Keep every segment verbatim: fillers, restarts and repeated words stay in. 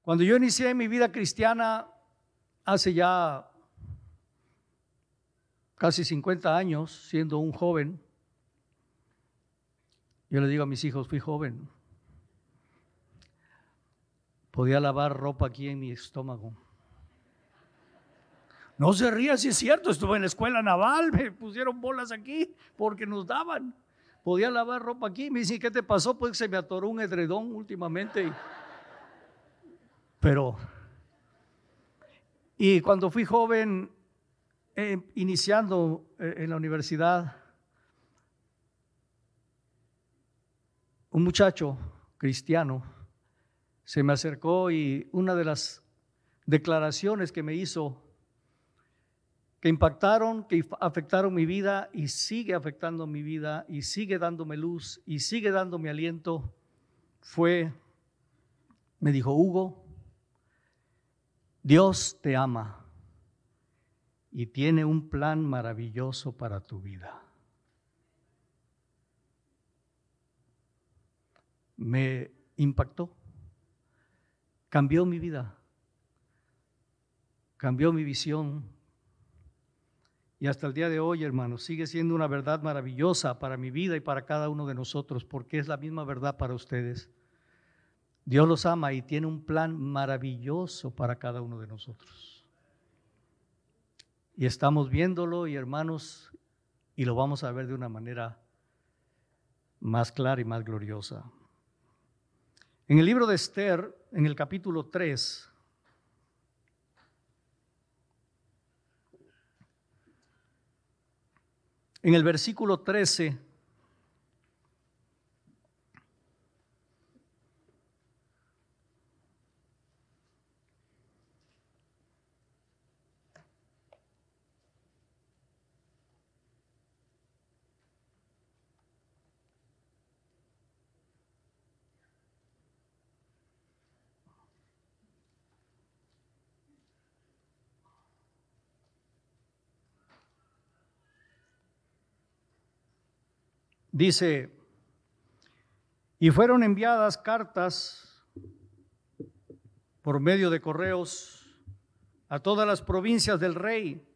Cuando yo inicié mi vida cristiana hace ya casi cincuenta años, siendo un joven, yo le digo a mis hijos, fui joven. Podía lavar ropa aquí en mi estómago. No se ría, si es cierto, estuve en la escuela naval, me pusieron bolas aquí porque nos daban. Podía lavar ropa aquí. Me dicen, ¿qué te pasó? Pues se me atoró un edredón últimamente. Pero, y cuando fui joven, eh, iniciando eh, en la universidad, un muchacho cristiano se me acercó y una de las declaraciones que me hizo, que impactaron, que afectaron mi vida y sigue afectando mi vida y sigue dándome luz y sigue dándome aliento, fue, me dijo, Hugo, Dios te ama y tiene un plan maravilloso para tu vida. Me impactó, cambió mi vida, cambió mi visión. Y hasta el día de hoy, hermanos, sigue siendo una verdad maravillosa para mi vida y para cada uno de nosotros, porque es la misma verdad para ustedes. Dios los ama y tiene un plan maravilloso para cada uno de nosotros. Y estamos viéndolo, y hermanos, y lo vamos a ver de una manera más clara y más gloriosa. En el libro de Esther, en el capítulo tres, en el versículo trece, dice, y fueron enviadas cartas por medio de correos a todas las provincias del rey,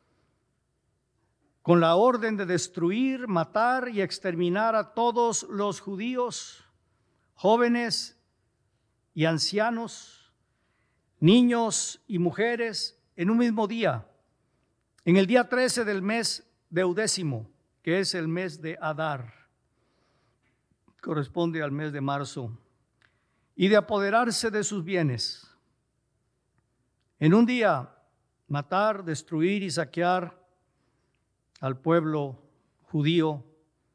con la orden de destruir, matar y exterminar a todos los judíos, jóvenes y ancianos, niños y mujeres, en un mismo día, en el día trece del mes deudécimo, que es el mes de Adar, corresponde al mes de marzo, y de apoderarse de sus bienes. En un día, matar, destruir y saquear al pueblo judío.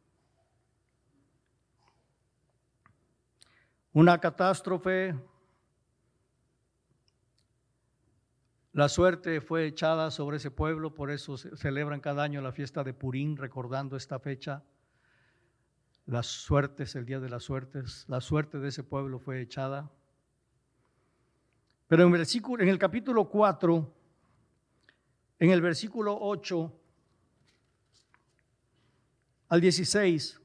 Una catástrofe. La suerte fue echada sobre ese pueblo, por eso celebran cada año la fiesta de Purim, recordando esta fecha. Las suertes, el día de las suertes, la suerte de ese pueblo fue echada. Pero en, versículo, en el capítulo cuatro, en el versículo ocho al dieciséis,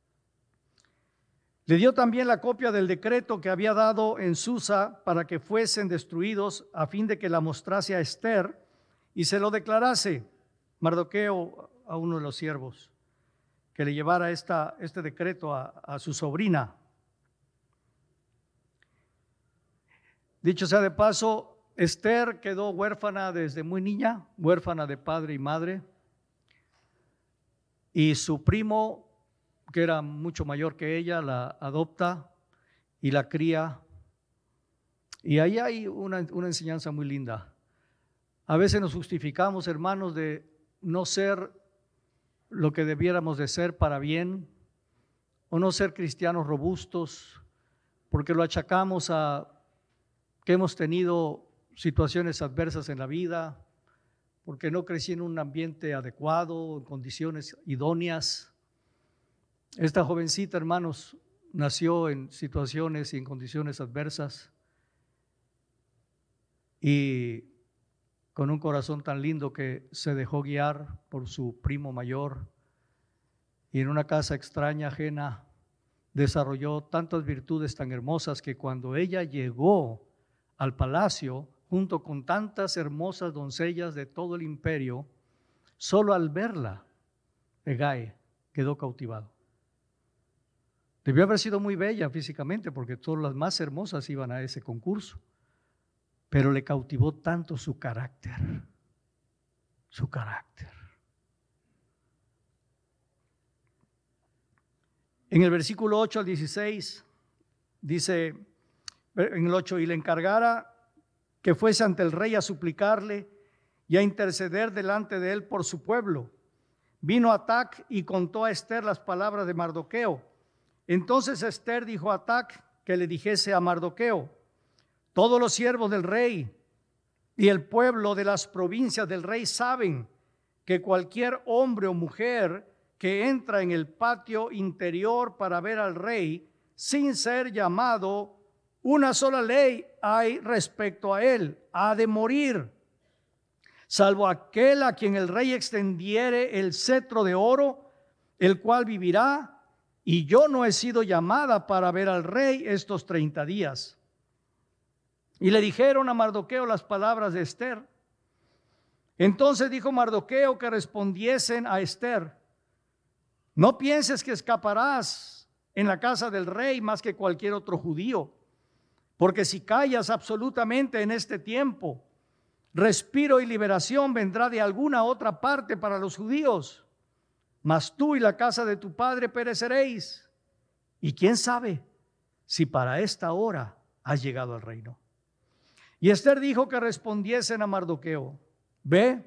le dio también la copia del decreto que había dado en Susa para que fuesen destruidos, a fin de que la mostrase a Esther y se lo declarase Mardoqueo a uno de los siervos, que le llevara esta, este decreto a, a su sobrina. Dicho sea de paso, Esther quedó huérfana desde muy niña, huérfana de padre y madre, y su primo, que era mucho mayor que ella, la adopta y la cría. Y ahí hay una, una enseñanza muy linda. A veces nos justificamos, hermanos, de no ser lo que debiéramos de ser para bien, o no ser cristianos robustos, porque lo achacamos a que hemos tenido situaciones adversas en la vida, porque no crecí en un ambiente adecuado, en condiciones idóneas. Esta jovencita, hermanos, nació en situaciones y en condiciones adversas y con un corazón tan lindo que se dejó guiar por su primo mayor, y en una casa extraña, ajena, desarrolló tantas virtudes tan hermosas que cuando ella llegó al palacio junto con tantas hermosas doncellas de todo el imperio, solo al verla, Hegai quedó cautivado. Debió haber sido muy bella físicamente porque todas las más hermosas iban a ese concurso, pero le cautivó tanto su carácter, su carácter. En el versículo ocho al dieciséis dice, en el ocho, y le encargara que fuese ante el rey a suplicarle y a interceder delante de él por su pueblo. Vino Atac y contó a Esther las palabras de Mardoqueo. Entonces Esther dijo a Atac que le dijese a Mardoqueo: todos los siervos del rey y el pueblo de las provincias del rey saben que cualquier hombre o mujer que entra en el patio interior para ver al rey sin ser llamado, una sola ley hay respecto a él: ha de morir, salvo aquel a quien el rey extendiere el cetro de oro, el cual vivirá. Y yo no he sido llamada para ver al rey estos treinta días. Y le dijeron a Mardoqueo las palabras de Esther. Entonces dijo Mardoqueo que respondiesen a Esther: no pienses que escaparás en la casa del rey más que cualquier otro judío, porque si callas absolutamente en este tiempo, respiro y liberación vendrá de alguna otra parte para los judíos, mas tú y la casa de tu padre pereceréis. Y quién sabe si para esta hora has llegado al reino. Y Esther dijo que respondiesen a Mardoqueo: ve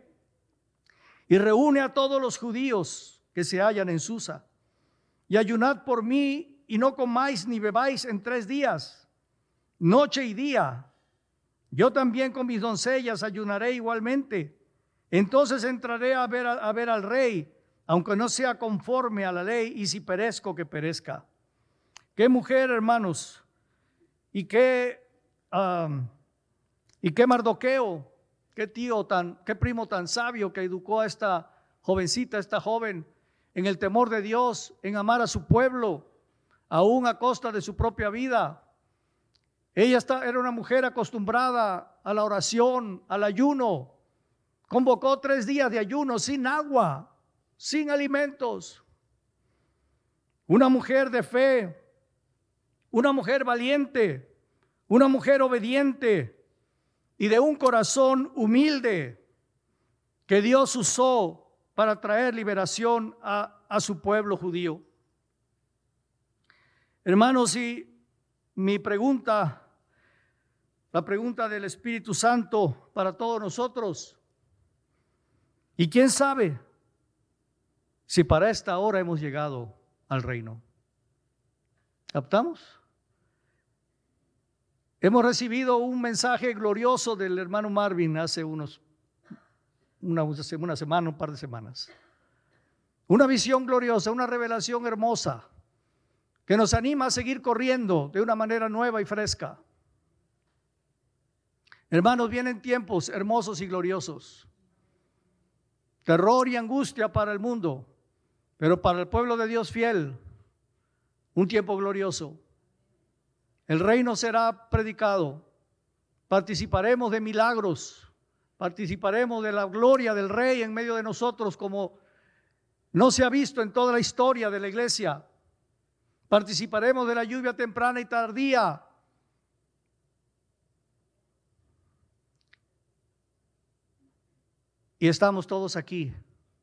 y reúne a todos los judíos que se hallan en Susa, y ayunad por mí, y no comáis ni bebáis en tres días, noche y día. Yo también con mis doncellas ayunaré igualmente. Entonces entraré a ver, a, a ver al rey, aunque no sea conforme a la ley, y si perezco, que perezca. Qué mujer, hermanos, y qué, um, y qué Mardoqueo, qué tío tan, qué primo tan sabio que educó a esta jovencita, esta joven, en el temor de Dios, en amar a su pueblo, aún a costa de su propia vida. Ella está, era una mujer acostumbrada a la oración, al ayuno. Convocó tres días de ayuno sin agua, sin alimentos. Una mujer de fe, una mujer valiente, una mujer obediente y de un corazón humilde que Dios usó para traer liberación a, a su pueblo judío. Hermanos, y mi pregunta, la pregunta del Espíritu Santo para todos nosotros: ¿y quién sabe si para esta hora hemos llegado al reino? ¿Captamos? Hemos recibido un mensaje glorioso del hermano Marvin hace unos, una, una semana, un par de semanas. Una visión gloriosa, una revelación hermosa que nos anima a seguir corriendo de una manera nueva y fresca. Hermanos, vienen tiempos hermosos y gloriosos. Terror y angustia para el mundo, pero para el pueblo de Dios fiel, un tiempo glorioso. El reino será predicado, participaremos de milagros, participaremos de la gloria del Rey en medio de nosotros como no se ha visto en toda la historia de la iglesia. Participaremos de la lluvia temprana y tardía. Y estamos todos aquí.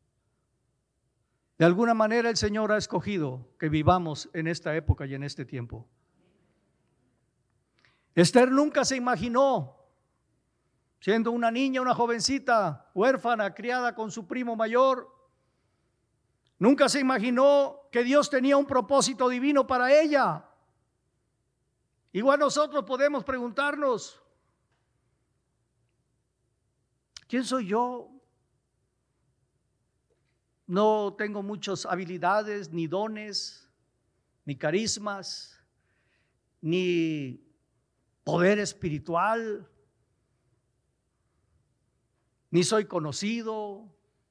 De alguna manera el Señor ha escogido que vivamos en esta época y en este tiempo. Esther nunca se imaginó, siendo una niña, una jovencita, huérfana, criada con su primo mayor, nunca se imaginó que Dios tenía un propósito divino para ella. Igual nosotros podemos preguntarnos: ¿quién soy yo? No tengo muchas habilidades, ni dones, ni carismas, ni poder espiritual, ni soy conocido,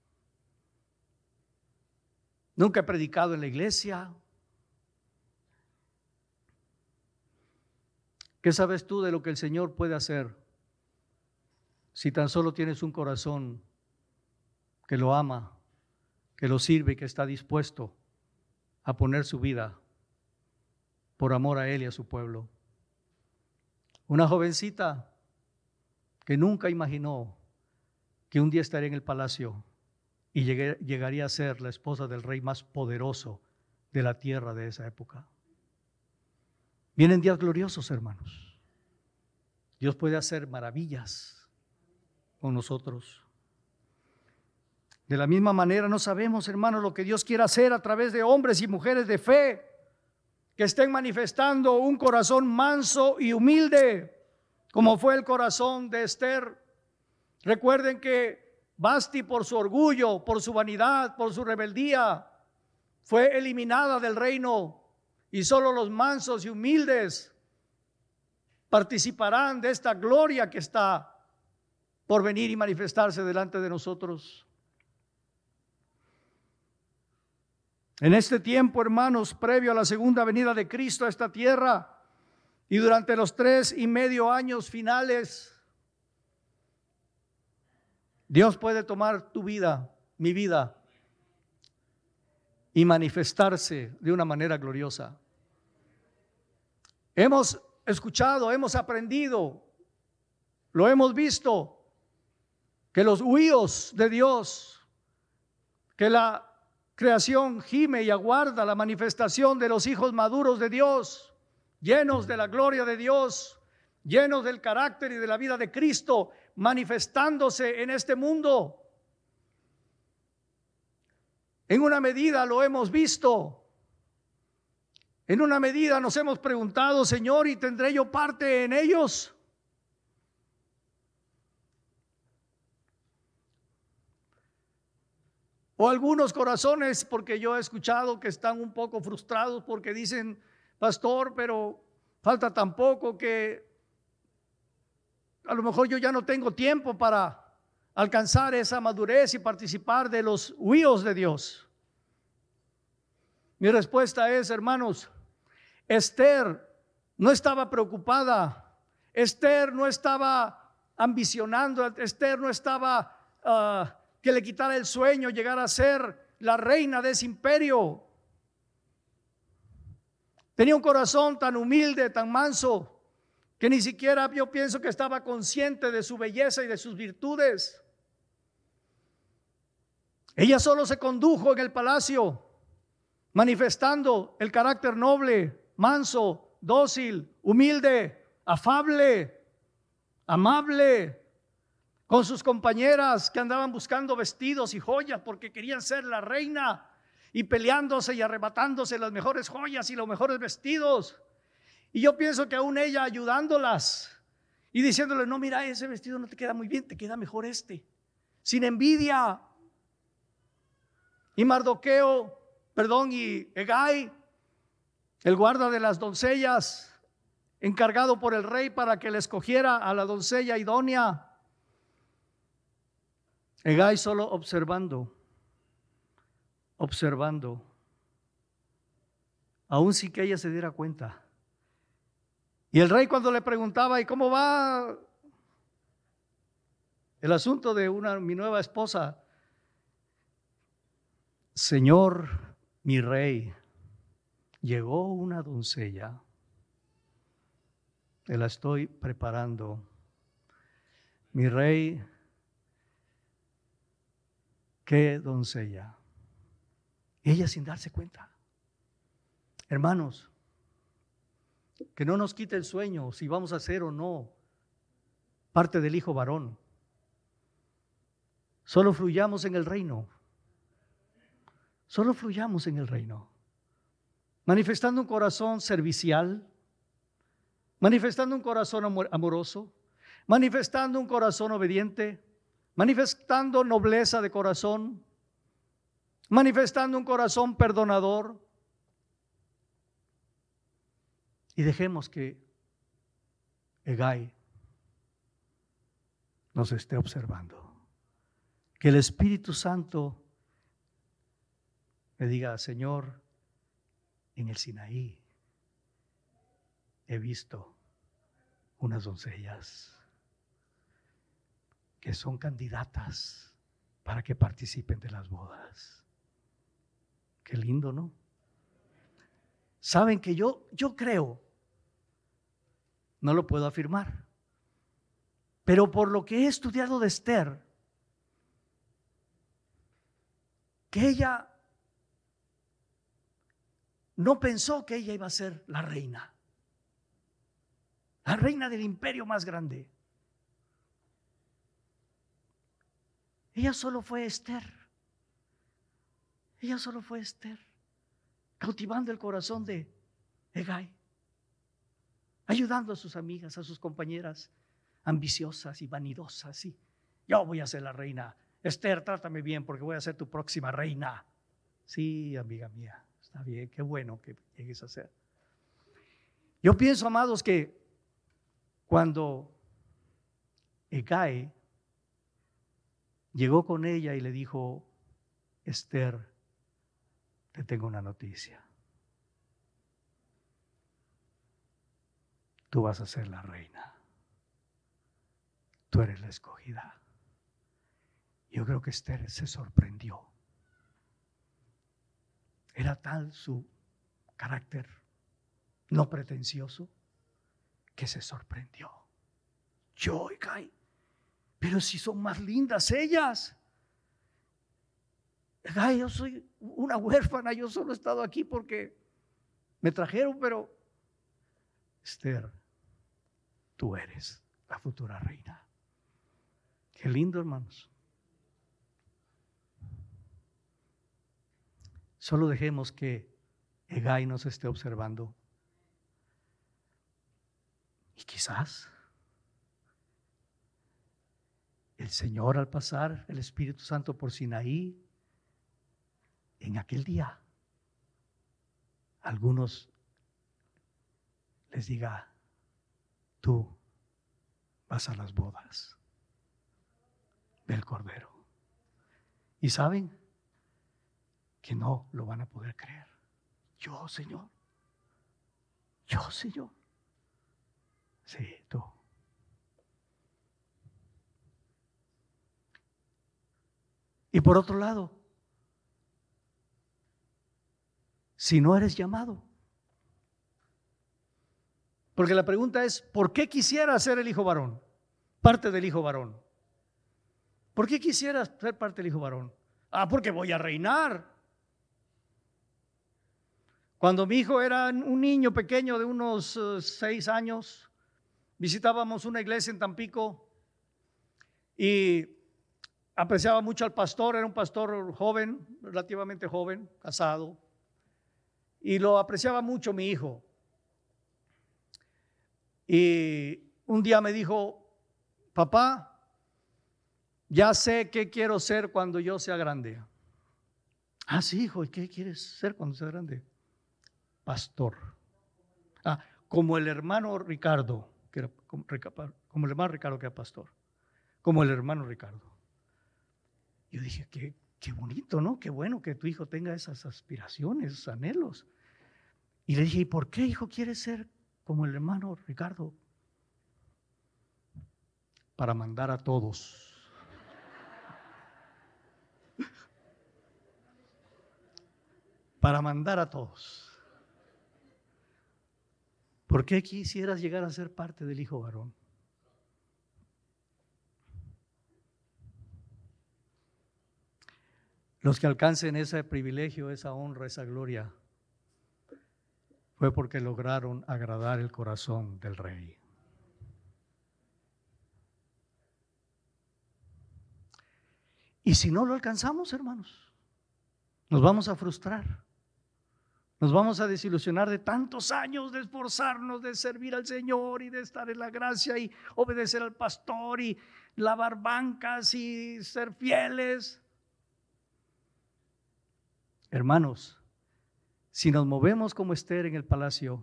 nunca he predicado en la iglesia. ¿Qué sabes tú de lo que el Señor puede hacer si tan solo tienes un corazón que lo ama, que lo sirve y que está dispuesto a poner su vida por amor a Él y a su pueblo? Una jovencita que nunca imaginó que un día estaría en el palacio y llegué, llegaría a ser la esposa del rey más poderoso de la tierra de esa época. Vienen días gloriosos, hermanos. Dios puede hacer maravillas con nosotros. De la misma manera, no sabemos, hermanos, lo que Dios quiere hacer a través de hombres y mujeres de fe que estén manifestando un corazón manso y humilde, como fue el corazón de Esther. Recuerden que Vasti, por su orgullo, por su vanidad, por su rebeldía, fue eliminada del reino, y solo los mansos y humildes participarán de esta gloria que está por venir y manifestarse delante de nosotros. En este tiempo, hermanos, previo a la segunda venida de Cristo a esta tierra, y durante los tres y medio años finales, Dios puede tomar tu vida, mi vida, y manifestarse de una manera gloriosa. Hemos escuchado, hemos aprendido, lo hemos visto, que los huíos de Dios, que la creación gime y aguarda la manifestación de los hijos maduros de Dios, llenos de la gloria de Dios, llenos del carácter y de la vida de Cristo, manifestándose en este mundo. En una medida lo hemos visto. En una medida nos hemos preguntado, Señor, ¿y tendré yo parte en ellos? O algunos corazones, porque yo he escuchado que están un poco frustrados porque dicen, pastor, pero falta tan poco que a lo mejor yo ya no tengo tiempo para alcanzar esa madurez y participar de los huíos de Dios. Mi respuesta es, hermanos, Esther no estaba preocupada, Esther no estaba ambicionando, Esther no estaba uh, que le quitara el sueño llegar a ser la reina de ese imperio. Tenía un corazón tan humilde, tan manso, que ni siquiera yo pienso que estaba consciente de su belleza y de sus virtudes. Ella solo se condujo en el palacio, manifestando el carácter noble, manso, dócil, humilde, afable, amable, con sus compañeras que andaban buscando vestidos y joyas porque querían ser la reina, y peleándose y arrebatándose las mejores joyas y los mejores vestidos. Y yo pienso que aún ella ayudándolas y diciéndole, no, mira, ese vestido no te queda muy bien, te queda mejor este, sin envidia. Y Mardoqueo, perdón, y Hegai, el guarda de las doncellas, encargado por el rey para que le escogiera a la doncella idónea. Hegai solo observando, observando, aún sin que ella se diera cuenta. Y el rey, cuando le preguntaba, ¿y cómo va el asunto de una, mi nueva esposa? Señor, mi rey, llegó una doncella, te la estoy preparando. Mi rey, ¿qué doncella? Ella sin darse cuenta. Hermanos, que no nos quite el sueño si vamos a ser o no parte del hijo varón. Solo fluyamos en el reino. Solo fluyamos en el reino. Manifestando un corazón servicial, manifestando un corazón amoroso, manifestando un corazón obediente, manifestando nobleza de corazón, manifestando un corazón perdonador. Y dejemos que Hegai nos esté observando. Que el Espíritu Santo me diga, Señor, en el Sinaí he visto unas doncellas que son candidatas para que participen de las bodas. Qué lindo, ¿no? Saben que yo, yo creo, no lo puedo afirmar, pero por lo que he estudiado de Esther, que ella no pensó que ella iba a ser la reina, la reina del imperio más grande. Ella solo fue Esther. Ella solo fue Esther, cautivando el corazón de Hegai, ayudando a sus amigas, a sus compañeras ambiciosas y vanidosas. Y yo voy a ser la reina. Esther, trátame bien porque voy a ser tu próxima reina. Sí, amiga mía, está bien, qué bueno que llegues a ser. Yo pienso, amados, que cuando Hegai llegó con ella y le dijo: Esther, te tengo una noticia. Tú vas a ser la reina. Tú eres la escogida. Yo creo que Esther se sorprendió. Era tal su carácter no pretencioso que se sorprendió. Yo, Hegai, pero si son más lindas ellas. Hegai, yo soy una huérfana, yo solo he estado aquí porque me trajeron, pero Esther, tú eres la futura reina. Qué lindo, hermanos. Solo dejemos que Hegai nos esté observando. Y quizás el Señor, al pasar el Espíritu Santo por Sinaí, en aquel día, a algunos les diga: tú vas a las bodas del Cordero. Y saben que no lo van a poder creer. Yo, Señor. Yo, Señor. Sí, tú. Y por otro lado, si no eres llamado, porque la pregunta es: ¿por qué quisiera ser el hijo varón? Parte del hijo varón. ¿Por qué quisieras ser parte del hijo varón? Ah, porque voy a reinar. Cuando mi hijo era un niño pequeño de unos uh, seis años, visitábamos una iglesia en Tampico y apreciaba mucho al pastor. Era un pastor joven, relativamente joven, casado, y lo apreciaba mucho mi hijo. Y un día me dijo: papá, ya sé qué quiero ser cuando yo sea grande. Ah, sí, hijo, ¿y qué quieres ser cuando sea grande? Pastor. Ah, como el hermano Ricardo, que era como, como el hermano Ricardo que era pastor. Como el hermano Ricardo. Yo dije: qué, qué bonito, ¿no? Qué bueno que tu hijo tenga esas aspiraciones, esos anhelos. Y le dije: ¿y por qué, hijo, quieres ser como el hermano Ricardo? Para mandar a todos. Para mandar a todos. ¿Por qué quisieras llegar a ser parte del hijo varón? Los que alcancen ese privilegio, esa honra, esa gloria, fue porque lograron agradar el corazón del rey. Y si no lo alcanzamos, hermanos, nos vamos a frustrar. Nos vamos a desilusionar de tantos años de esforzarnos, de servir al Señor y de estar en la gracia y obedecer al pastor y lavar bancas y ser fieles. Hermanos, si nos movemos como Esther en el palacio,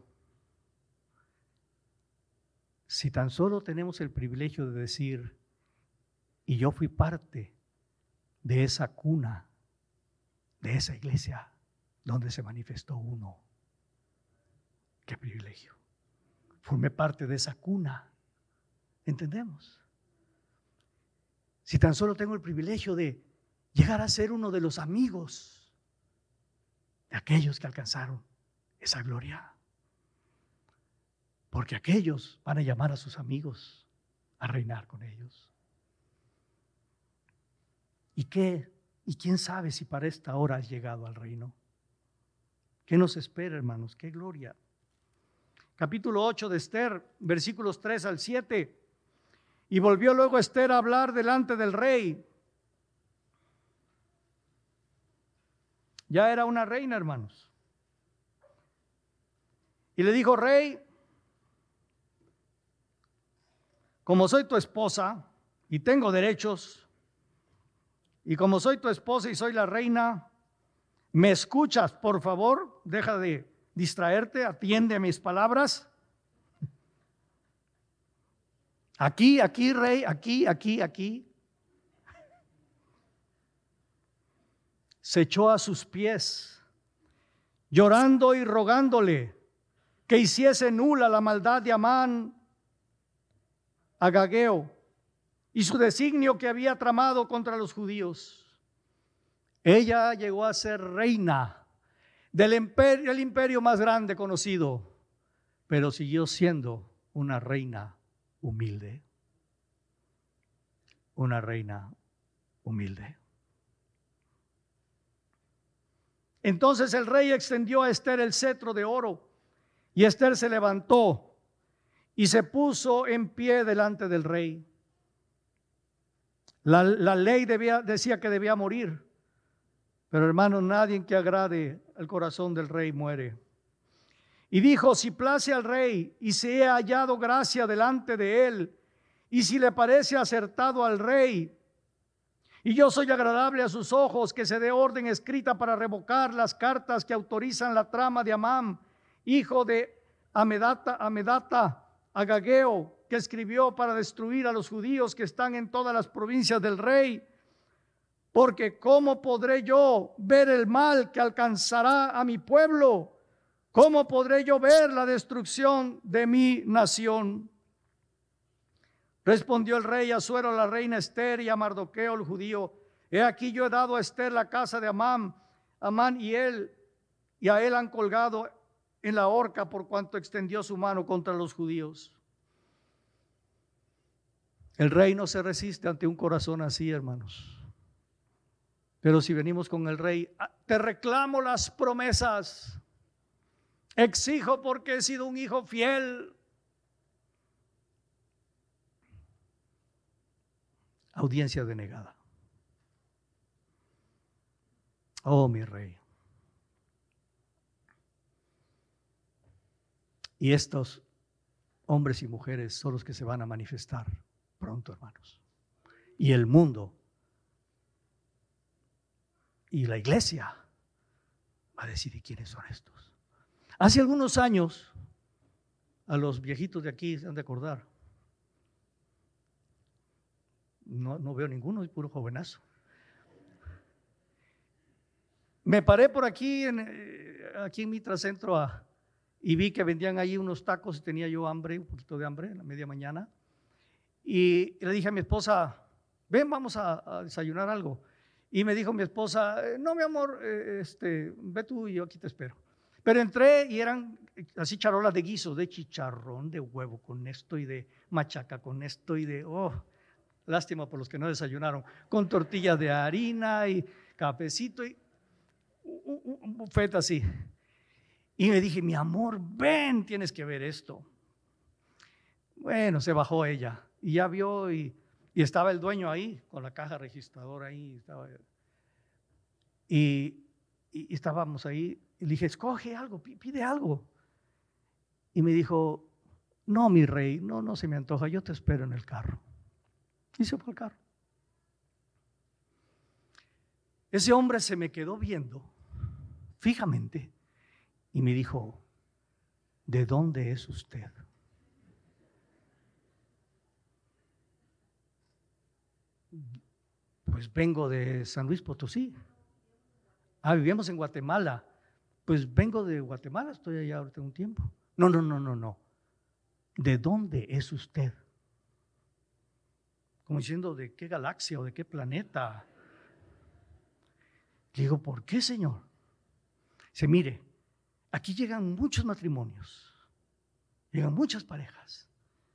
si tan solo tenemos el privilegio de decir: y yo fui parte de esa cuna, de esa iglesia donde se manifestó uno. Qué privilegio. Formé parte de esa cuna ¿Entendemos? Si tan solo tengo el privilegio de llegar a ser uno de los amigos de aquellos que alcanzaron esa gloria. Porque aquellos van a llamar a sus amigos a reinar con ellos. ¿Y qué? ¿Y quién sabe si para esta hora has llegado al reino? ¿Qué nos espera, hermanos? ¡Qué gloria! Capítulo ocho de Esther, versículos tres al siete. Y volvió luego Esther a hablar delante del rey. Ya era una reina, hermanos. Y le dijo: rey, como soy tu esposa y tengo derechos, y como soy tu esposa y soy la reina, ¿me escuchas, por favor? Deja de distraerte, atiende a mis palabras. Aquí, aquí, rey, aquí, aquí, aquí. Se echó a sus pies, llorando y rogándole que hiciese nula la maldad de Amán Agageo y su designio que había tramado contra los judíos. Ella llegó a ser reina del imperio, el imperio más grande conocido, pero siguió siendo una reina humilde. Una reina humilde. Entonces el rey extendió a Esther el cetro de oro, y Esther se levantó y se puso en pie delante del rey. La, la ley debía, decía que debía morir, pero hermano, nadie que agrade al corazón del rey muere. Y dijo: si place al rey y se ha hallado gracia delante de él, y si le parece acertado al rey, y yo soy agradable a sus ojos, que se dé orden escrita para revocar las cartas que autorizan la trama de Amán, hijo de Amedata, Amedata Agageo, que escribió para destruir a los judíos que están en todas las provincias del rey. Porque ¿cómo podré yo ver el mal que alcanzará a mi pueblo? ¿Cómo podré yo ver la destrucción de mi nación? Respondió el rey Asuero a la reina Esther y a Mardoqueo el judío: he aquí, yo he dado a Esther la casa de Amán, Amán y él, y a él han colgado en la horca por cuanto extendió su mano contra los judíos. El rey no se resiste ante un corazón así, hermanos. Pero si venimos con el rey: te reclamo las promesas, exijo porque he sido un hijo fiel. Audiencia denegada. Oh, mi rey. Y estos hombres y mujeres son los que se van a manifestar pronto, hermanos. Y el mundo y la iglesia va a decidir quiénes son estos. Hace algunos años, a los viejitos de aquí se han de acordar, no, no veo ninguno, es puro jovenazo. Me paré por aquí, en, aquí en Mitra Centro a, y vi que vendían ahí unos tacos y tenía yo hambre, un poquito de hambre en la media mañana. Y le dije a mi esposa: ven, vamos a, a desayunar algo. Y me dijo mi esposa: no, mi amor, este, ve tú y yo aquí te espero. Pero entré y eran así charolas de guiso, de chicharrón, de huevo con esto y de machaca con esto y de, oh, lástima por los que no desayunaron, con tortillas de harina y cafecito y un, un buffet así. Y me dije: mi amor, ven, tienes que ver esto. Bueno, se bajó ella y ya vio y, y estaba el dueño ahí con la caja registradora ahí. Estaba, y, y estábamos ahí y le dije: escoge algo, pide algo. Y me dijo: no, mi rey, no, no se me antoja, yo te espero en el carro. Y se fue al carro. Ese hombre se me quedó viendo fijamente y me dijo: ¿de dónde es usted? Pues vengo de San Luis Potosí. Ah, vivíamos en Guatemala. Pues vengo de Guatemala, estoy allá ahorita un tiempo. No, no, no, no, no. ¿De dónde es usted? como diciendo, ¿de qué galaxia o de qué planeta? Le digo, ¿por qué, Señor? Dice, mire, aquí llegan muchos matrimonios, llegan muchas parejas,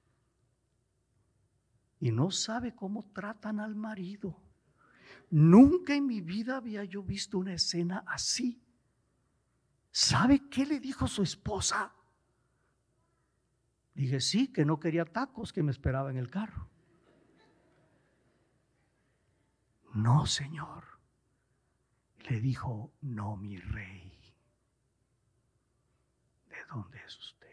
y no sabe cómo tratan al marido. Nunca en mi vida había yo visto una escena así. ¿Sabe qué le dijo su esposa? Dije, sí, que no quería tacos, que me esperaba en el carro. No, Señor. Le dijo, no, mi rey. ¿De dónde es usted?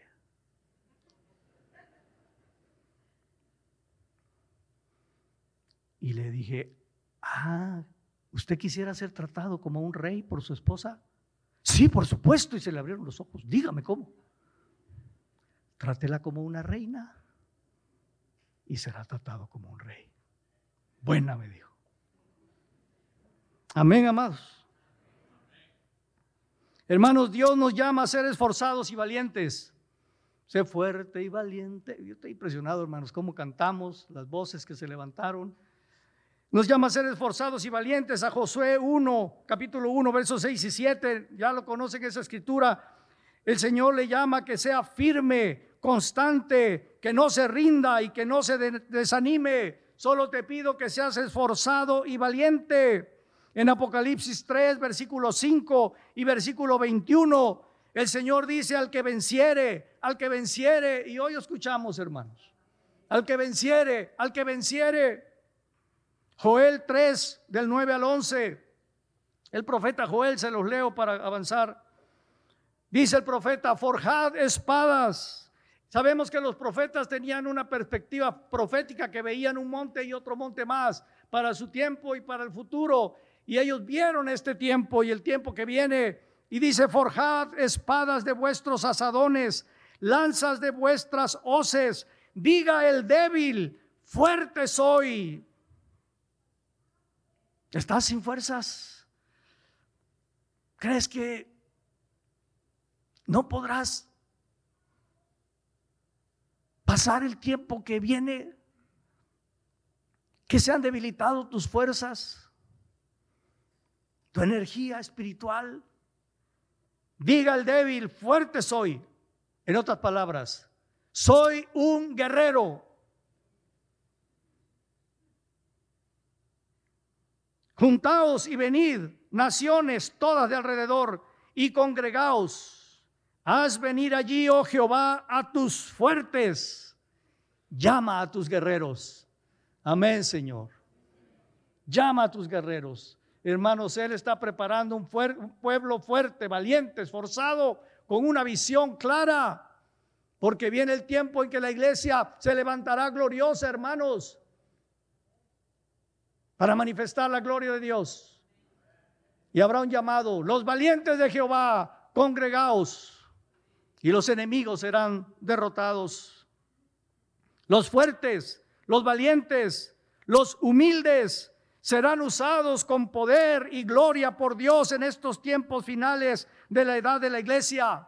Y le dije, ah, ¿usted quisiera ser tratado como un rey por su esposa? Sí, por supuesto. Y se le abrieron los ojos. Dígame cómo. Trátela como una reina y será tratado como un rey. Buena, me dijo. Amén, amados. Hermanos, Dios nos llama a ser esforzados y valientes. Sé fuerte y valiente. Yo estoy impresionado, hermanos, cómo cantamos, las voces que se levantaron. Nos llama a ser esforzados y valientes. A Josué uno, capítulo uno, versos seis y siete, ya lo conocen esa escritura. El Señor le llama a que sea firme, constante, que no se rinda y que no se desanime. Solo te pido que seas esforzado y valiente. En Apocalipsis tres, versículo cinco y versículo veintiuno, el Señor dice: al que venciere, al que venciere, y hoy escuchamos, hermanos, al que venciere, al que venciere. Joel tres, del nueve al once, el profeta Joel, se los leo para avanzar. Dice el profeta: forjad espadas. Sabemos que los profetas tenían una perspectiva profética, que veían un monte y otro monte más para su tiempo y para el futuro. Y ellos vieron este tiempo y el tiempo que viene. Y dice: forjad espadas de vuestros asadones, lanzas de vuestras hoces. Diga el débil: fuerte soy. ¿Estás sin fuerzas? ¿Crees que no podrás pasar el tiempo que viene, que se han debilitado tus fuerzas, tu energía espiritual? Diga el débil: fuerte soy. En otras palabras, soy un guerrero. Juntaos y venid, naciones todas de alrededor, y congregaos. Haz venir allí, oh Jehová, a tus fuertes. Llama a tus guerreros. Amén, Señor. Llama a tus guerreros. Hermanos, Él está preparando un, fuer- un pueblo fuerte, valiente, esforzado, con una visión clara, porque viene el tiempo en que la iglesia se levantará gloriosa, hermanos, para manifestar la gloria de Dios. Y habrá un llamado: los valientes de Jehová, congregaos. Y los enemigos serán derrotados. Los fuertes, los valientes, los humildes serán usados con poder y gloria por Dios en estos tiempos finales de la edad de la iglesia.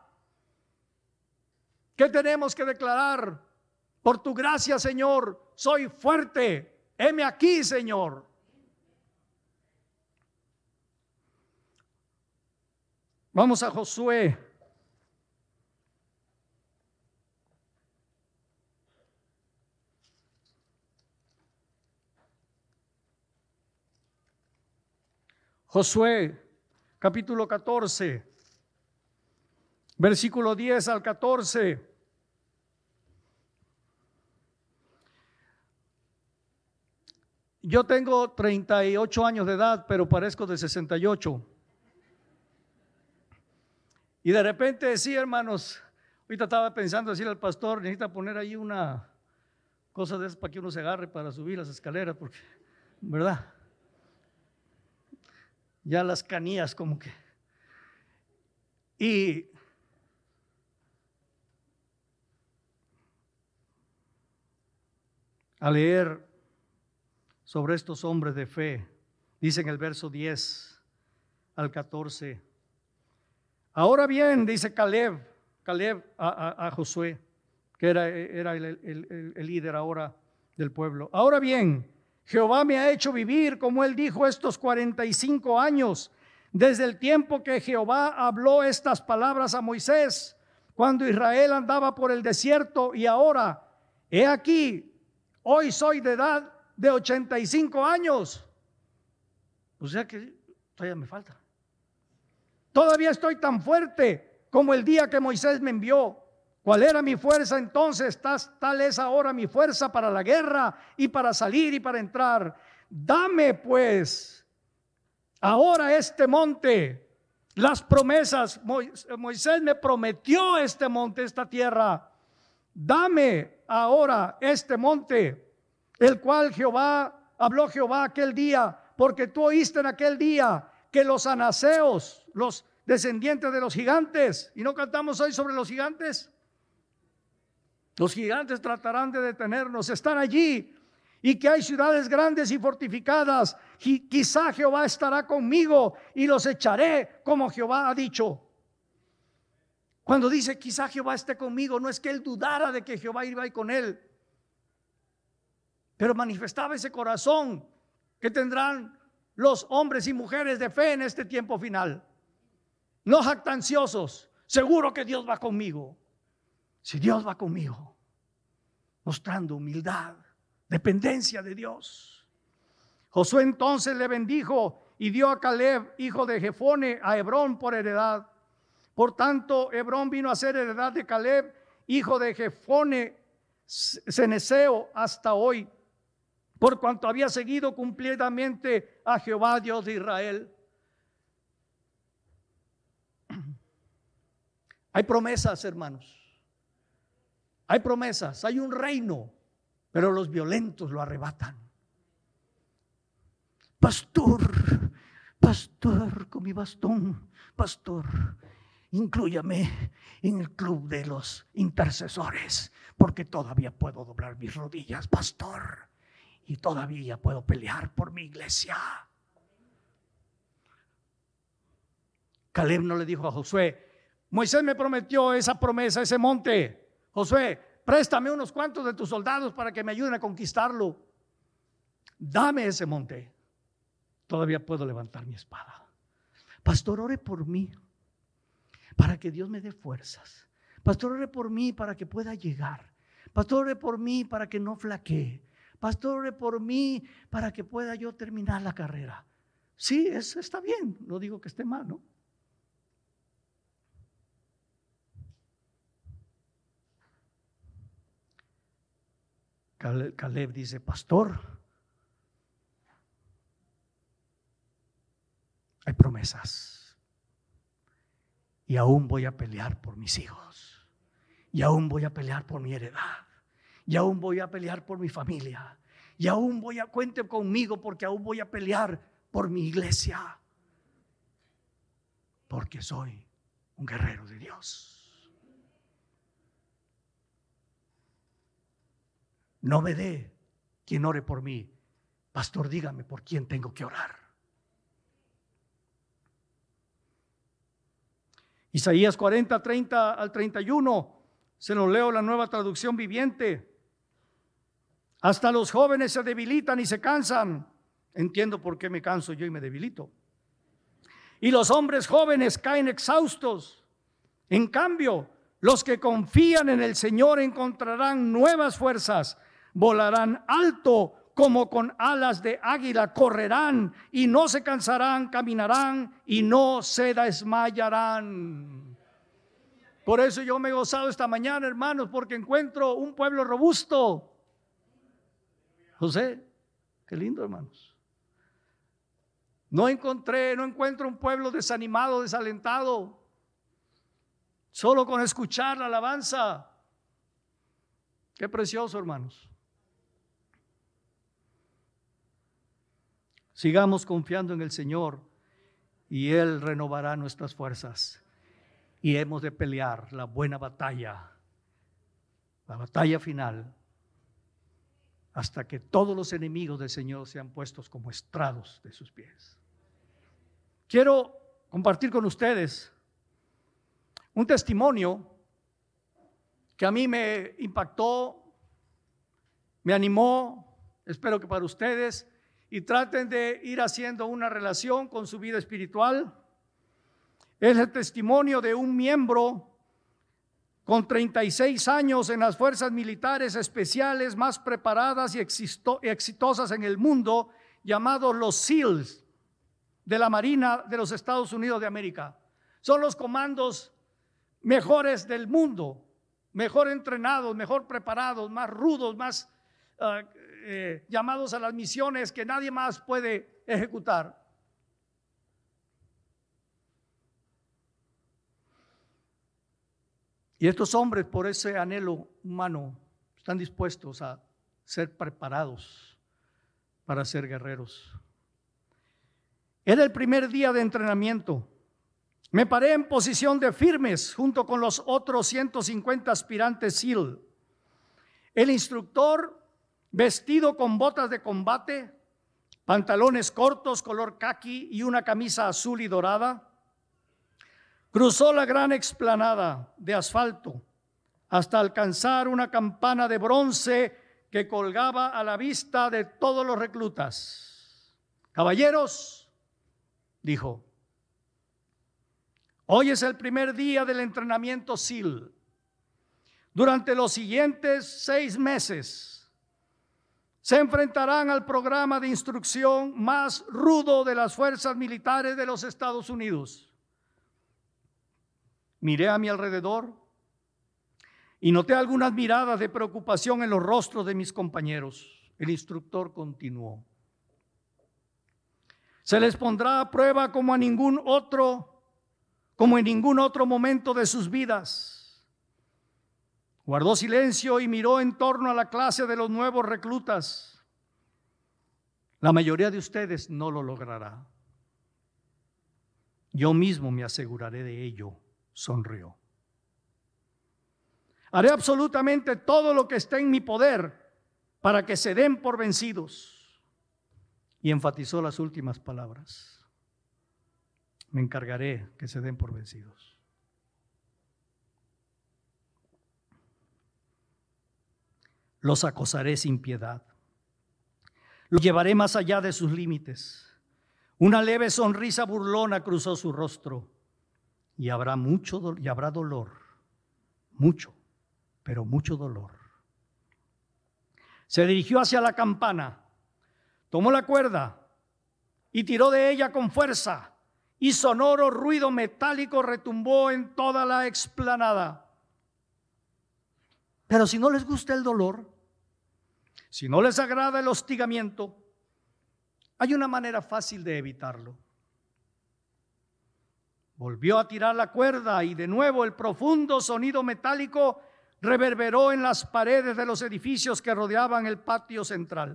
¿Qué tenemos que declarar? Por tu gracia, Señor, soy fuerte. Heme aquí, Señor. Vamos a Josué. Josué, capítulo catorce, versículo diez al catorce. Yo tengo treinta y ocho años de edad, pero parezco de sesenta y ocho. Y de repente, sí, hermanos, ahorita estaba pensando decirle al pastor: necesita poner ahí una cosa de esas para que uno se agarre para subir las escaleras, porque, ¿verdad? Ya las canillas como que. Y a leer sobre estos hombres de fe, dice en el verso diez al catorce: ahora bien, dice Caleb, Caleb a, a, a Josué, que era, era el, el, el, el líder ahora del pueblo. Ahora bien, Jehová me ha hecho vivir, como él dijo, estos cuarenta y cinco años, desde el tiempo que Jehová habló estas palabras a Moisés, cuando Israel andaba por el desierto, y ahora, he aquí, hoy soy de edad de ochenta y cinco años. O sea que todavía me falta. Todavía estoy tan fuerte como el día que Moisés me envió. ¿Cuál era mi fuerza entonces? Tal es ahora mi fuerza para la guerra y para salir y para entrar. Dame pues ahora este monte, las promesas. Moisés me prometió este monte, esta tierra. Dame ahora este monte, el cual Jehová, habló Jehová aquel día, porque tú oíste en aquel día que los anaseos, los descendientes de los gigantes, y no cantamos hoy sobre los gigantes. Los gigantes tratarán de detenernos, están allí, y que hay ciudades grandes y fortificadas, y quizá Jehová estará conmigo y los echaré como Jehová ha dicho. Cuando dice quizá Jehová esté conmigo, no es que él dudara de que Jehová iba a ir con él, pero manifestaba ese corazón que tendrán los hombres y mujeres de fe en este tiempo final. No jactanciosos, seguro que Dios va conmigo. Si Dios va conmigo, mostrando humildad, dependencia de Dios. Josué entonces le bendijo y dio a Caleb, hijo de Jefone, a Hebrón por heredad. Por tanto, Hebrón vino a ser heredad de Caleb, hijo de Jefone, cenezeo, hasta hoy, por cuanto había seguido cumplidamente a Jehová, Dios de Israel. Hay promesas, hermanos. Hay promesas, hay un reino, pero los violentos lo arrebatan. Pastor, pastor, con mi bastón, pastor, inclúyame en el club de los intercesores, porque todavía puedo doblar mis rodillas, pastor, y todavía puedo pelear por mi iglesia. Caleb no le dijo a Josué: Moisés me prometió esa promesa, ese monte. Josué, préstame unos cuantos de tus soldados para que me ayuden a conquistarlo. Dame ese monte. Todavía puedo levantar mi espada. Pastor, ore por mí para que Dios me dé fuerzas. Pastor, ore por mí para que pueda llegar. Pastor, ore por mí para que no flaquee. Pastor, ore por mí para que pueda yo terminar la carrera. Sí, eso está bien. No digo que esté mal, ¿no? Caleb dice: pastor, hay promesas y aún voy a pelear por mis hijos, y aún voy a pelear por mi heredad, y aún voy a pelear por mi familia, y aún voy a, cuente conmigo, porque aún voy a pelear por mi iglesia, porque soy un guerrero de Dios. No me dé quien ore por mí. Pastor, dígame por quién tengo que orar. Isaías cuarenta, treinta al treinta y uno. Se lo leo la Nueva Traducción Viviente. Hasta los jóvenes se debilitan y se cansan. Entiendo por qué me canso yo y me debilito. Y los hombres jóvenes caen exhaustos. En cambio, los que confían en el Señor encontrarán nuevas fuerzas. Volarán alto como con alas de águila, correrán y no se cansarán, caminarán y no se desmayarán. Por eso yo me he gozado esta mañana, hermanos, porque encuentro un pueblo robusto. José, qué lindo, hermanos. No encontré, no encuentro un pueblo desanimado, desalentado. Solo con escuchar la alabanza. Qué precioso, hermanos. Sigamos confiando en el Señor y Él renovará nuestras fuerzas. Y hemos de pelear la buena batalla, la batalla final, hasta que todos los enemigos del Señor sean puestos como estrados de sus pies. Quiero compartir con ustedes un testimonio que a mí me impactó, me animó espero que para ustedes, y traten de ir haciendo una relación con su vida espiritual. Es el testimonio de un miembro con treinta y seis años en las fuerzas militares especiales más preparadas y exitosas en el mundo, llamados los SEALs de la Marina de los Estados Unidos de América. Son los comandos mejores del mundo, mejor entrenados, mejor preparados, más rudos, más uh, eh, llamados a las misiones que nadie más puede ejecutar. Y estos hombres, por ese anhelo humano, están dispuestos a ser preparados para ser guerreros. Era el primer día de entrenamiento. Me paré en posición de firmes junto con los otros ciento cincuenta aspirantes SEAL. El instructor, vestido con botas de combate, pantalones cortos color caqui y una camisa azul y dorada, cruzó la gran explanada de asfalto hasta alcanzar una campana de bronce que colgaba a la vista de todos los reclutas. Caballeros, dijo, hoy es el primer día del entrenamiento SEAL. Durante los siguientes seis meses se enfrentarán al programa de instrucción más rudo de las fuerzas militares de los Estados Unidos. Miré a mi alrededor y noté algunas miradas de preocupación en los rostros de mis compañeros. El instructor continuó. Se les pondrá a prueba como a ningún otro, como en ningún otro momento de sus vidas. Guardó silencio y miró en torno a la clase de los nuevos reclutas. La mayoría de ustedes no lo logrará. Yo mismo me aseguraré de ello, sonrió. Haré absolutamente todo lo que esté en mi poder para que se den por vencidos. Y enfatizó las últimas palabras. Me encargaré que se den por vencidos. Los acosaré sin piedad. Los llevaré más allá de sus límites. Una leve sonrisa burlona cruzó su rostro. Y habrá mucho do- y habrá dolor, mucho, pero mucho dolor. Se dirigió hacia la campana, tomó la cuerda y tiró de ella con fuerza, y sonoro ruido metálico retumbó en toda la explanada. Pero si no les gusta el dolor, si no les agrada el hostigamiento, hay una manera fácil de evitarlo. Volvió a tirar la cuerda y de nuevo el profundo sonido metálico reverberó en las paredes de los edificios que rodeaban el patio central.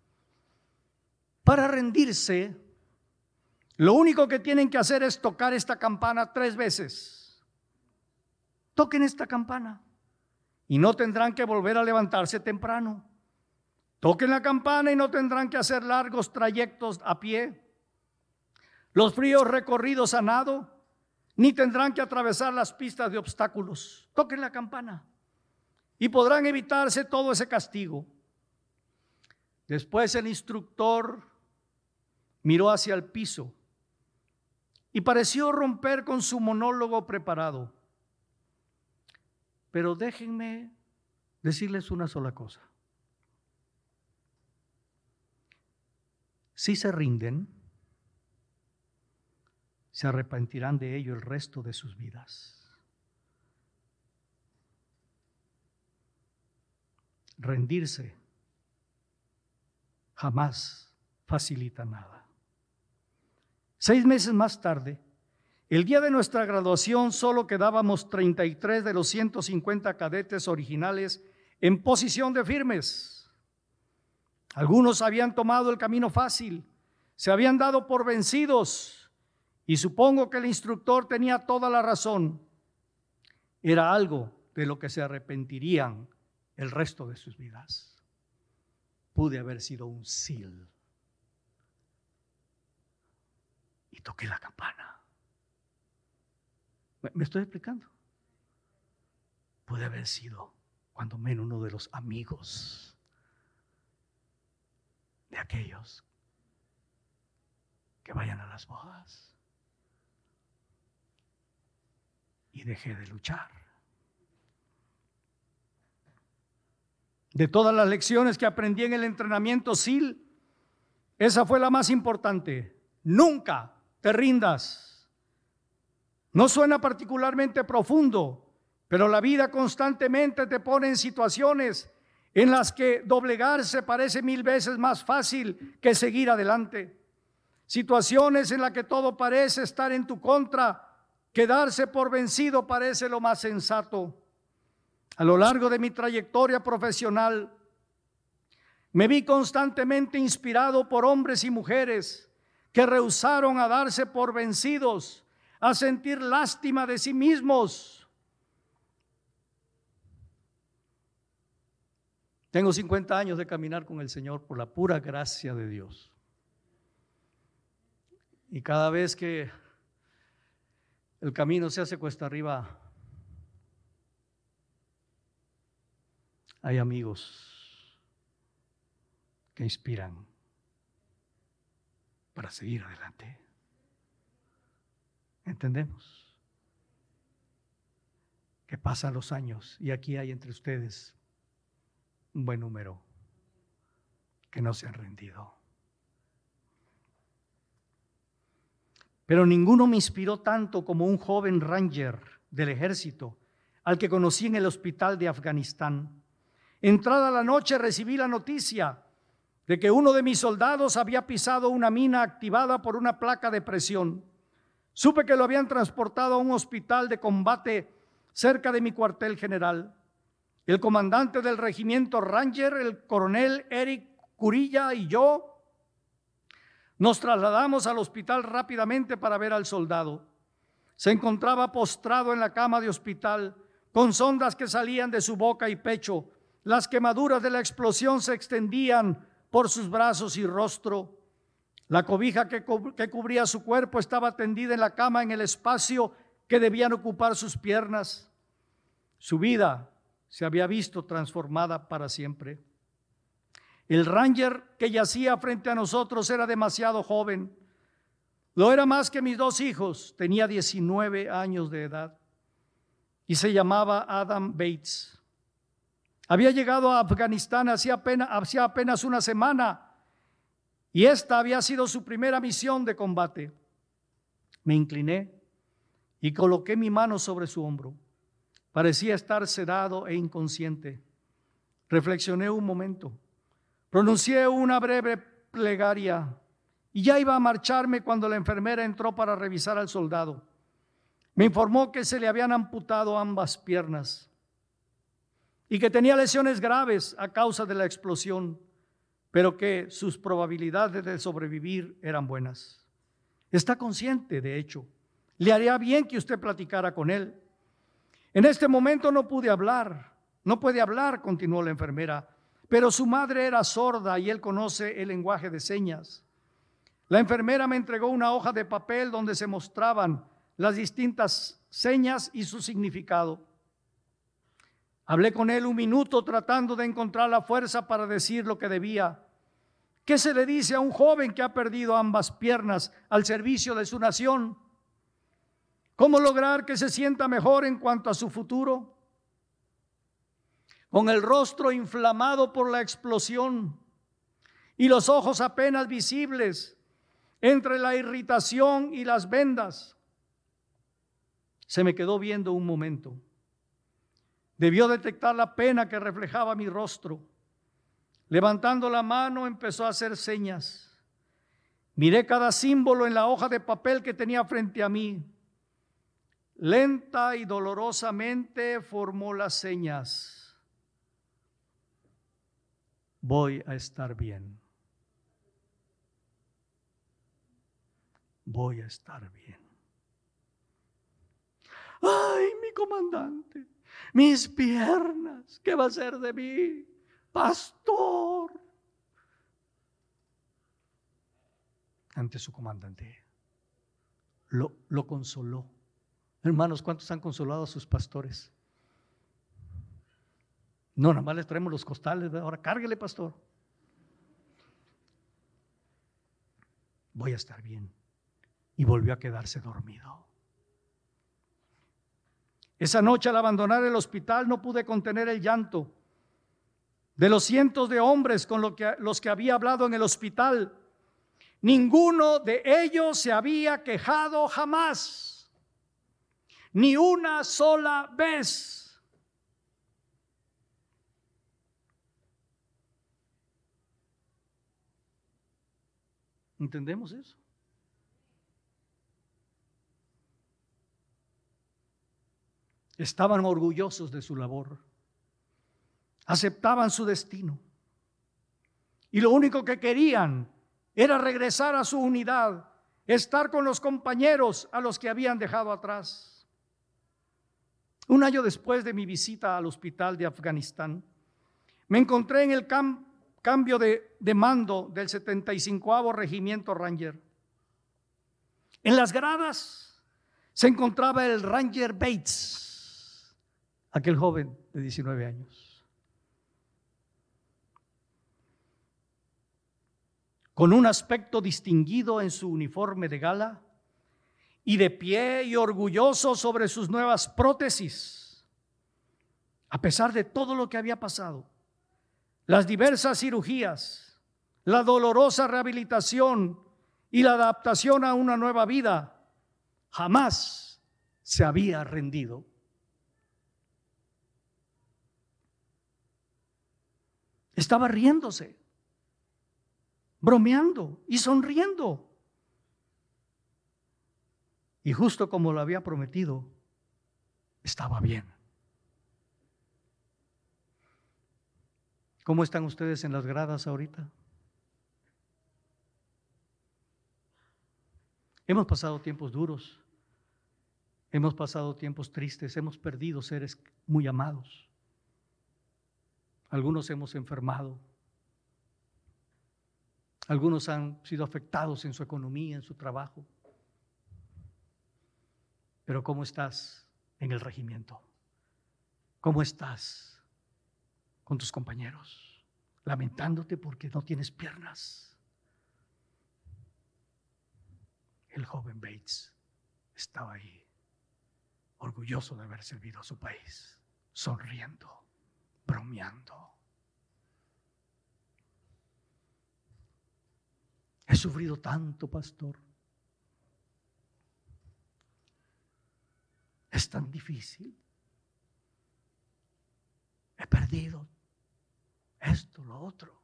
Para rendirse, lo único que tienen que hacer es tocar esta campana tres veces. Toquen esta campana y no tendrán que volver a levantarse temprano. Toquen la campana y no tendrán que hacer largos trayectos a pie, los fríos recorridos a nado, ni tendrán que atravesar las pistas de obstáculos. Toquen la campana y podrán evitarse todo ese castigo. Después el instructor miró hacia el piso y pareció romper con su monólogo preparado. Pero déjenme decirles una sola cosa. Si se rinden, se arrepentirán de ello el resto de sus vidas. Rendirse jamás facilita nada. Seis meses más tarde, el día de nuestra graduación, solo quedábamos treinta y tres de los ciento cincuenta cadetes originales en posición de firmes. Algunos habían tomado el camino fácil, se habían dado por vencidos. Y supongo que el instructor tenía toda la razón. Era algo de lo que se arrepentirían el resto de sus vidas. Pude haber sido un SEAL. Y toqué la campana. ¿Me estoy explicando? Pude haber sido, cuando menos, uno de los amigos de aquellos que vayan a las bodas. Y dejé de luchar. De todas las lecciones que aprendí en el entrenamiento S E A L, esa fue la más importante. Nunca te rindas. No suena particularmente profundo, pero la vida constantemente te pone en situaciones en las que doblegarse parece mil veces más fácil que seguir adelante. Situaciones en las que todo parece estar en tu contra. Quedarse por vencido parece lo más sensato. A lo largo de mi trayectoria profesional, me vi constantemente inspirado por hombres y mujeres que rehusaron a darse por vencidos, a sentir lástima de sí mismos. Tengo cincuenta años de caminar con el Señor por la pura gracia de Dios. Y cada vez que el camino se hace cuesta arriba, hay amigos que inspiran para seguir adelante. ¿Entendemos? Que pasan los años y aquí hay entre ustedes un buen número que no se han rendido. Pero ninguno me inspiró tanto como un joven ranger del ejército al que conocí en el hospital de Afganistán. Entrada la noche recibí la noticia de que uno de mis soldados había pisado una mina activada por una placa de presión. Supe que lo habían transportado a un hospital de combate cerca de mi cuartel general. El comandante del regimiento Ranger, el coronel Eric Curilla, y yo nos trasladamos al hospital rápidamente para ver al soldado. Se encontraba postrado en la cama de hospital, con sondas que salían de su boca y pecho. Las quemaduras de la explosión se extendían por sus brazos y rostro. La cobija que, que cubría su cuerpo estaba tendida en la cama en el espacio que debían ocupar sus piernas. Su vida se había visto transformada para siempre. El ranger que yacía frente a nosotros era demasiado joven. Lo era más que mis dos hijos. Tenía diecinueve años de edad y se llamaba Adam Bates. Había llegado a Afganistán hacía apenas, hacía apenas una semana y esta había sido su primera misión de combate. Me incliné y coloqué mi mano sobre su hombro. Parecía estar sedado e inconsciente. Reflexioné un momento. Pronuncié una breve plegaria y ya iba a marcharme cuando la enfermera entró para revisar al soldado. Me informó que se le habían amputado ambas piernas y que tenía lesiones graves a causa de la explosión, pero que sus probabilidades de sobrevivir eran buenas. Está consciente, de hecho. Le haría bien que usted platicara con él. En este momento no pude hablar, no puede hablar, continuó la enfermera, pero su madre era sorda y él conoce el lenguaje de señas. La enfermera me entregó una hoja de papel donde se mostraban las distintas señas y su significado. Hablé con él un minuto tratando de encontrar la fuerza para decir lo que debía. ¿Qué se le dice a un joven que ha perdido ambas piernas al servicio de su nación? ¿Cómo lograr que se sienta mejor en cuanto a su futuro? Con el rostro inflamado por la explosión y los ojos apenas visibles entre la irritación y las vendas, se me quedó viendo un momento. Debió detectar la pena que reflejaba mi rostro. Levantando la mano empezó a hacer señas. Miré cada símbolo en la hoja de papel que tenía frente a mí. Lenta y dolorosamente formó las señas. Voy a estar bien. Voy a estar bien. ¡Ay, mi comandante! Mis piernas, ¿qué va a ser de mí? Pastor. Ante su comandante, lo, lo consoló. Hermanos, ¿cuántos han consolado a sus pastores? No, nada más les traemos los costales, ahora cárguele, pastor. voy a estar bien. Y volvió a quedarse dormido. Esa noche, al abandonar el hospital, no pude contener el llanto de los cientos de hombres con lo que, los que había hablado en el hospital. Ninguno de ellos se había quejado jamás, ni una sola vez. ¿Entendemos eso? Estaban orgullosos de su labor, aceptaban su destino y lo único que querían era regresar a su unidad, estar con los compañeros a los que habían dejado atrás. Un año después de mi visita al hospital de Afganistán, me encontré en el cam- cambio de, de mando del setenta y cinco Regimiento Ranger. En las gradas se encontraba el Ranger Bates, aquel joven de diecinueve años. Con un aspecto distinguido en su uniforme de gala y de pie y orgulloso sobre sus nuevas prótesis, a pesar de todo lo que había pasado, las diversas cirugías, la dolorosa rehabilitación y la adaptación a una nueva vida, jamás se había rendido. Estaba riéndose, bromeando y sonriendo. Y justo como lo había prometido, estaba bien. ¿Cómo están ustedes en las gradas ahorita? Hemos pasado tiempos duros, hemos pasado tiempos tristes, hemos perdido seres muy amados. Algunos hemos enfermado. Algunos han sido afectados en su economía, en su trabajo. Pero ¿cómo estás en el regimiento? ¿Cómo estás con tus compañeros? Lamentándote porque no tienes piernas. El joven Bates estaba ahí, orgulloso de haber servido a su país, sonriendo, bromeando. He sufrido tanto, pastor. Es tan difícil. He perdido esto, lo otro.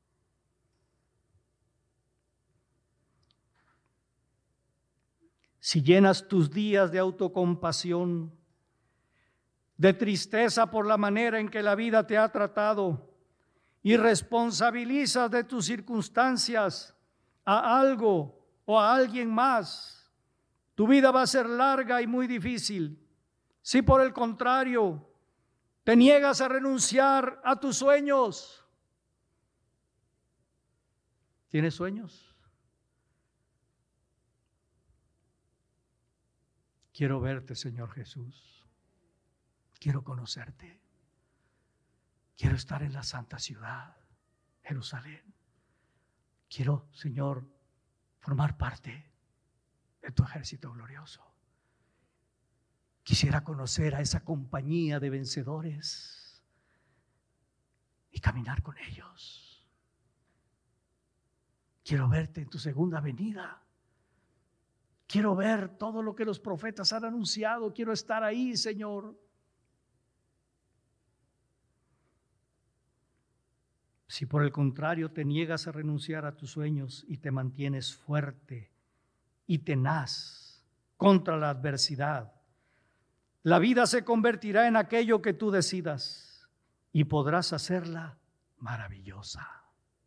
Si llenas tus días de autocompasión, de tristeza por la manera en que la vida te ha tratado y responsabilizas de tus circunstancias a algo o a alguien más, tu vida va a ser larga y muy difícil. Si por el contrario te niegas a renunciar a tus sueños, ¿tienes sueños? Quiero verte, Señor Jesús. Quiero conocerte. Quiero estar en la santa ciudad, Jerusalén. Quiero, Señor, formar parte de tu ejército glorioso. Quisiera conocer a esa compañía de vencedores y caminar con ellos. Quiero verte en tu segunda venida. Quiero ver todo lo que los profetas han anunciado. Quiero estar ahí, Señor. Si por el contrario te niegas a renunciar a tus sueños y te mantienes fuerte y tenaz contra la adversidad, la vida se convertirá en aquello que tú decidas y podrás hacerla maravillosa.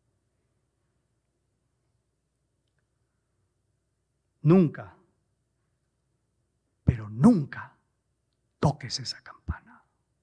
Nunca, pero nunca toques esa campana.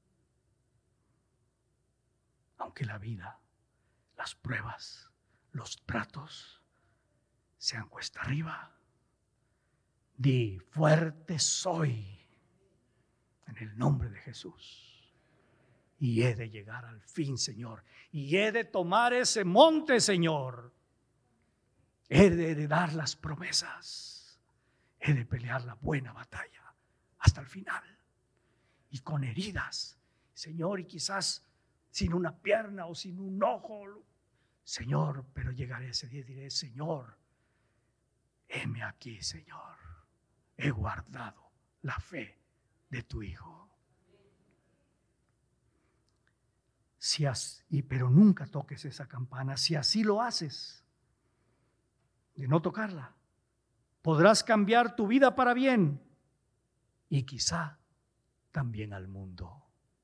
Aunque la vida, las pruebas, los tratos sean cuesta arriba, di: fuerte soy en el nombre de Jesús. Y he de llegar al fin, Señor. Y he de tomar ese monte, Señor. He de heredar las promesas. He de pelear la buena batalla hasta el final. Y con heridas, Señor, y quizás sin una pierna o sin un ojo, Señor, pero llegaré ese día y diré: Señor, heme aquí, Señor, he guardado la fe de tu Hijo. Si has, y, pero nunca toques esa campana. Si así lo haces, de no tocarla, podrás cambiar tu vida para bien y quizá también al mundo.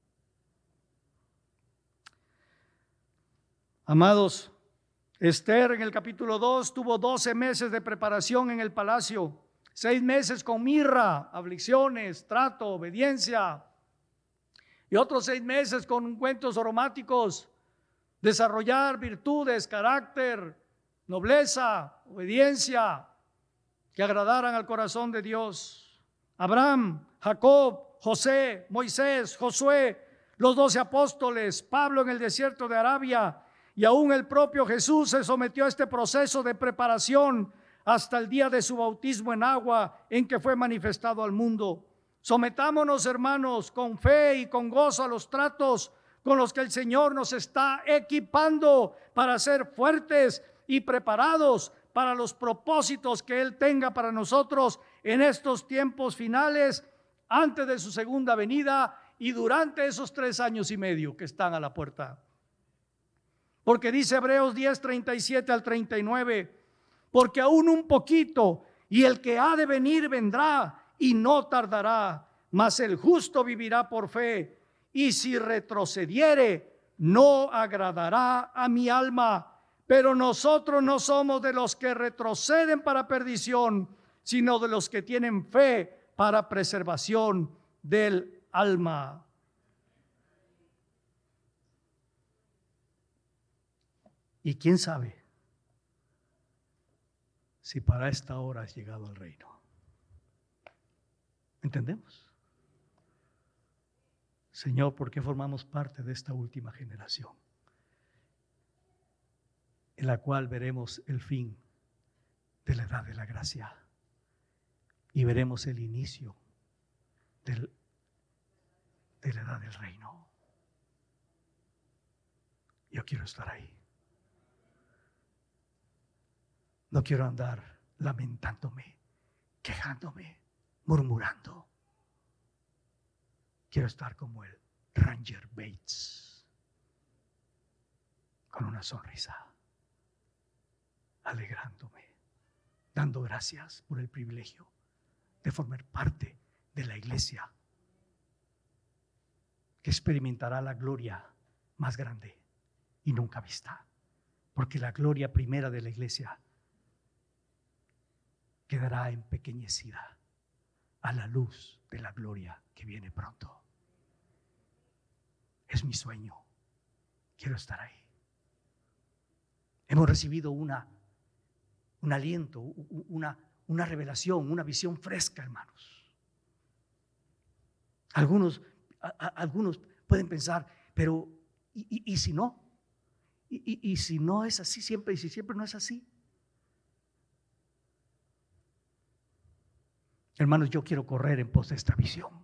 Amados, Esther en el capítulo dos tuvo doce meses de preparación en el palacio, seis meses con mirra, aflicciones, trato, obediencia, y otros seis meses con ungüentos aromáticos, desarrollar virtudes, carácter, nobleza, obediencia, que agradaran al corazón de Dios. Abraham, Jacob, José, Moisés, Josué, los doce apóstoles, Pablo en el desierto de Arabia, y aún el propio Jesús se sometió a este proceso de preparación hasta el día de su bautismo en agua, en que fue manifestado al mundo. Sometámonos, hermanos, con fe y con gozo a los tratos con los que el Señor nos está equipando para ser fuertes y preparados para los propósitos que Él tenga para nosotros en estos tiempos finales, antes de su segunda venida y durante esos tres años y medio que están a la puerta. Porque dice Hebreos diez, treinta y siete al treinta y nueve: porque aún un poquito, y el que ha de venir vendrá y no tardará, mas el justo vivirá por fe, y si retrocediere, no agradará a mi alma. Pero nosotros no somos de los que retroceden para perdición, sino de los que tienen fe para preservación del alma. Y quién sabe si para esta hora has llegado al reino. ¿Entendemos? Señor, ¿por qué formamos parte de esta última generación, en la cual veremos el fin de la edad de la gracia y veremos el inicio del, de la edad del reino? Yo quiero estar ahí. No quiero andar lamentándome, quejándome, murmurando. Quiero estar como el Ranger Bates, con una sonrisa, alegrándome, dando gracias por el privilegio de formar parte de la iglesia que experimentará la gloria más grande y nunca vista, porque la gloria primera de la iglesia quedará empequeñecida a la luz de la gloria que viene pronto. Es mi sueño. Quiero estar ahí. Hemos recibido una, un aliento, una, una revelación, una visión fresca, hermanos. Algunos, a, a, algunos pueden pensar, pero ¿y, y, y si no? ¿Y, y, ¿Y si no es así siempre? ¿Y si siempre no es así? Hermanos, yo quiero correr en pos de esta visión.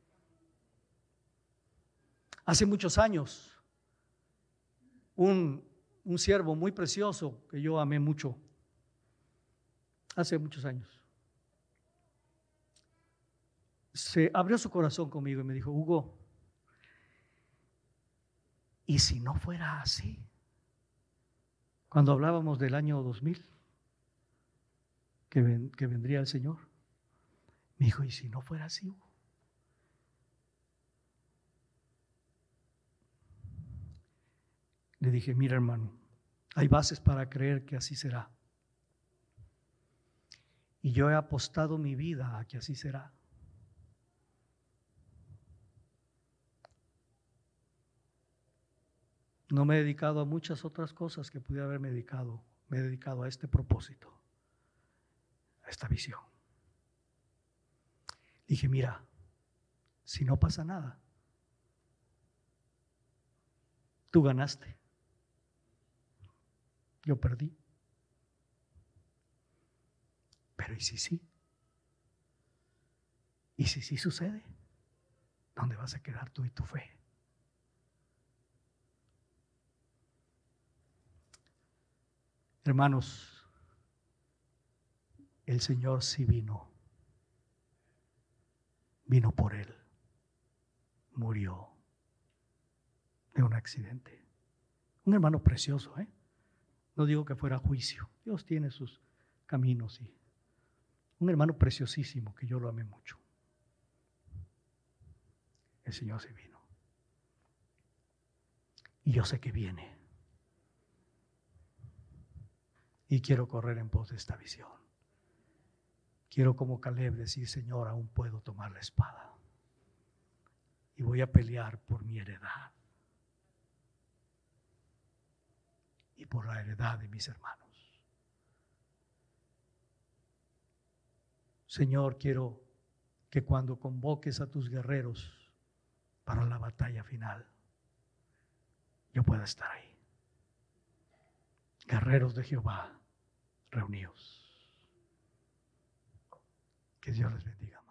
Hace muchos años, un, un siervo muy precioso que yo amé mucho, hace muchos años, se abrió su corazón conmigo y me dijo: Hugo, ¿y si no fuera así? Cuando hablábamos del año dos mil, que, ven, que vendría el Señor, me dijo: ¿y si no fuera así, Hugo? Le dije: mira, hermano, hay bases para creer que así será. Y yo he apostado mi vida a que así será. No me he dedicado a muchas otras cosas que pudiera haberme dedicado. Me he dedicado a este propósito, a esta visión. Dije: mira, si no pasa nada, tú ganaste, yo perdí. Pero ¿y si sí? ¿Y si sí sucede? ¿Dónde vas a quedar tú y tu fe? Hermanos, el Señor sí vino. Vino por él. Murió de un accidente. Un hermano precioso, ¿eh? No digo que fuera juicio. Dios tiene sus caminos y un hermano preciosísimo que yo lo amé mucho. El Señor se vino. Y yo sé que viene. Y quiero correr en pos de esta visión. Quiero como Caleb decir, Señor, aún puedo tomar la espada. Y voy a pelear por mi heredad. Y por la heredad de mis hermanos. Señor, quiero que cuando convoques a tus guerreros para la batalla final, yo pueda estar ahí. Guerreros de Jehová, reunidos. Que Dios les bendiga.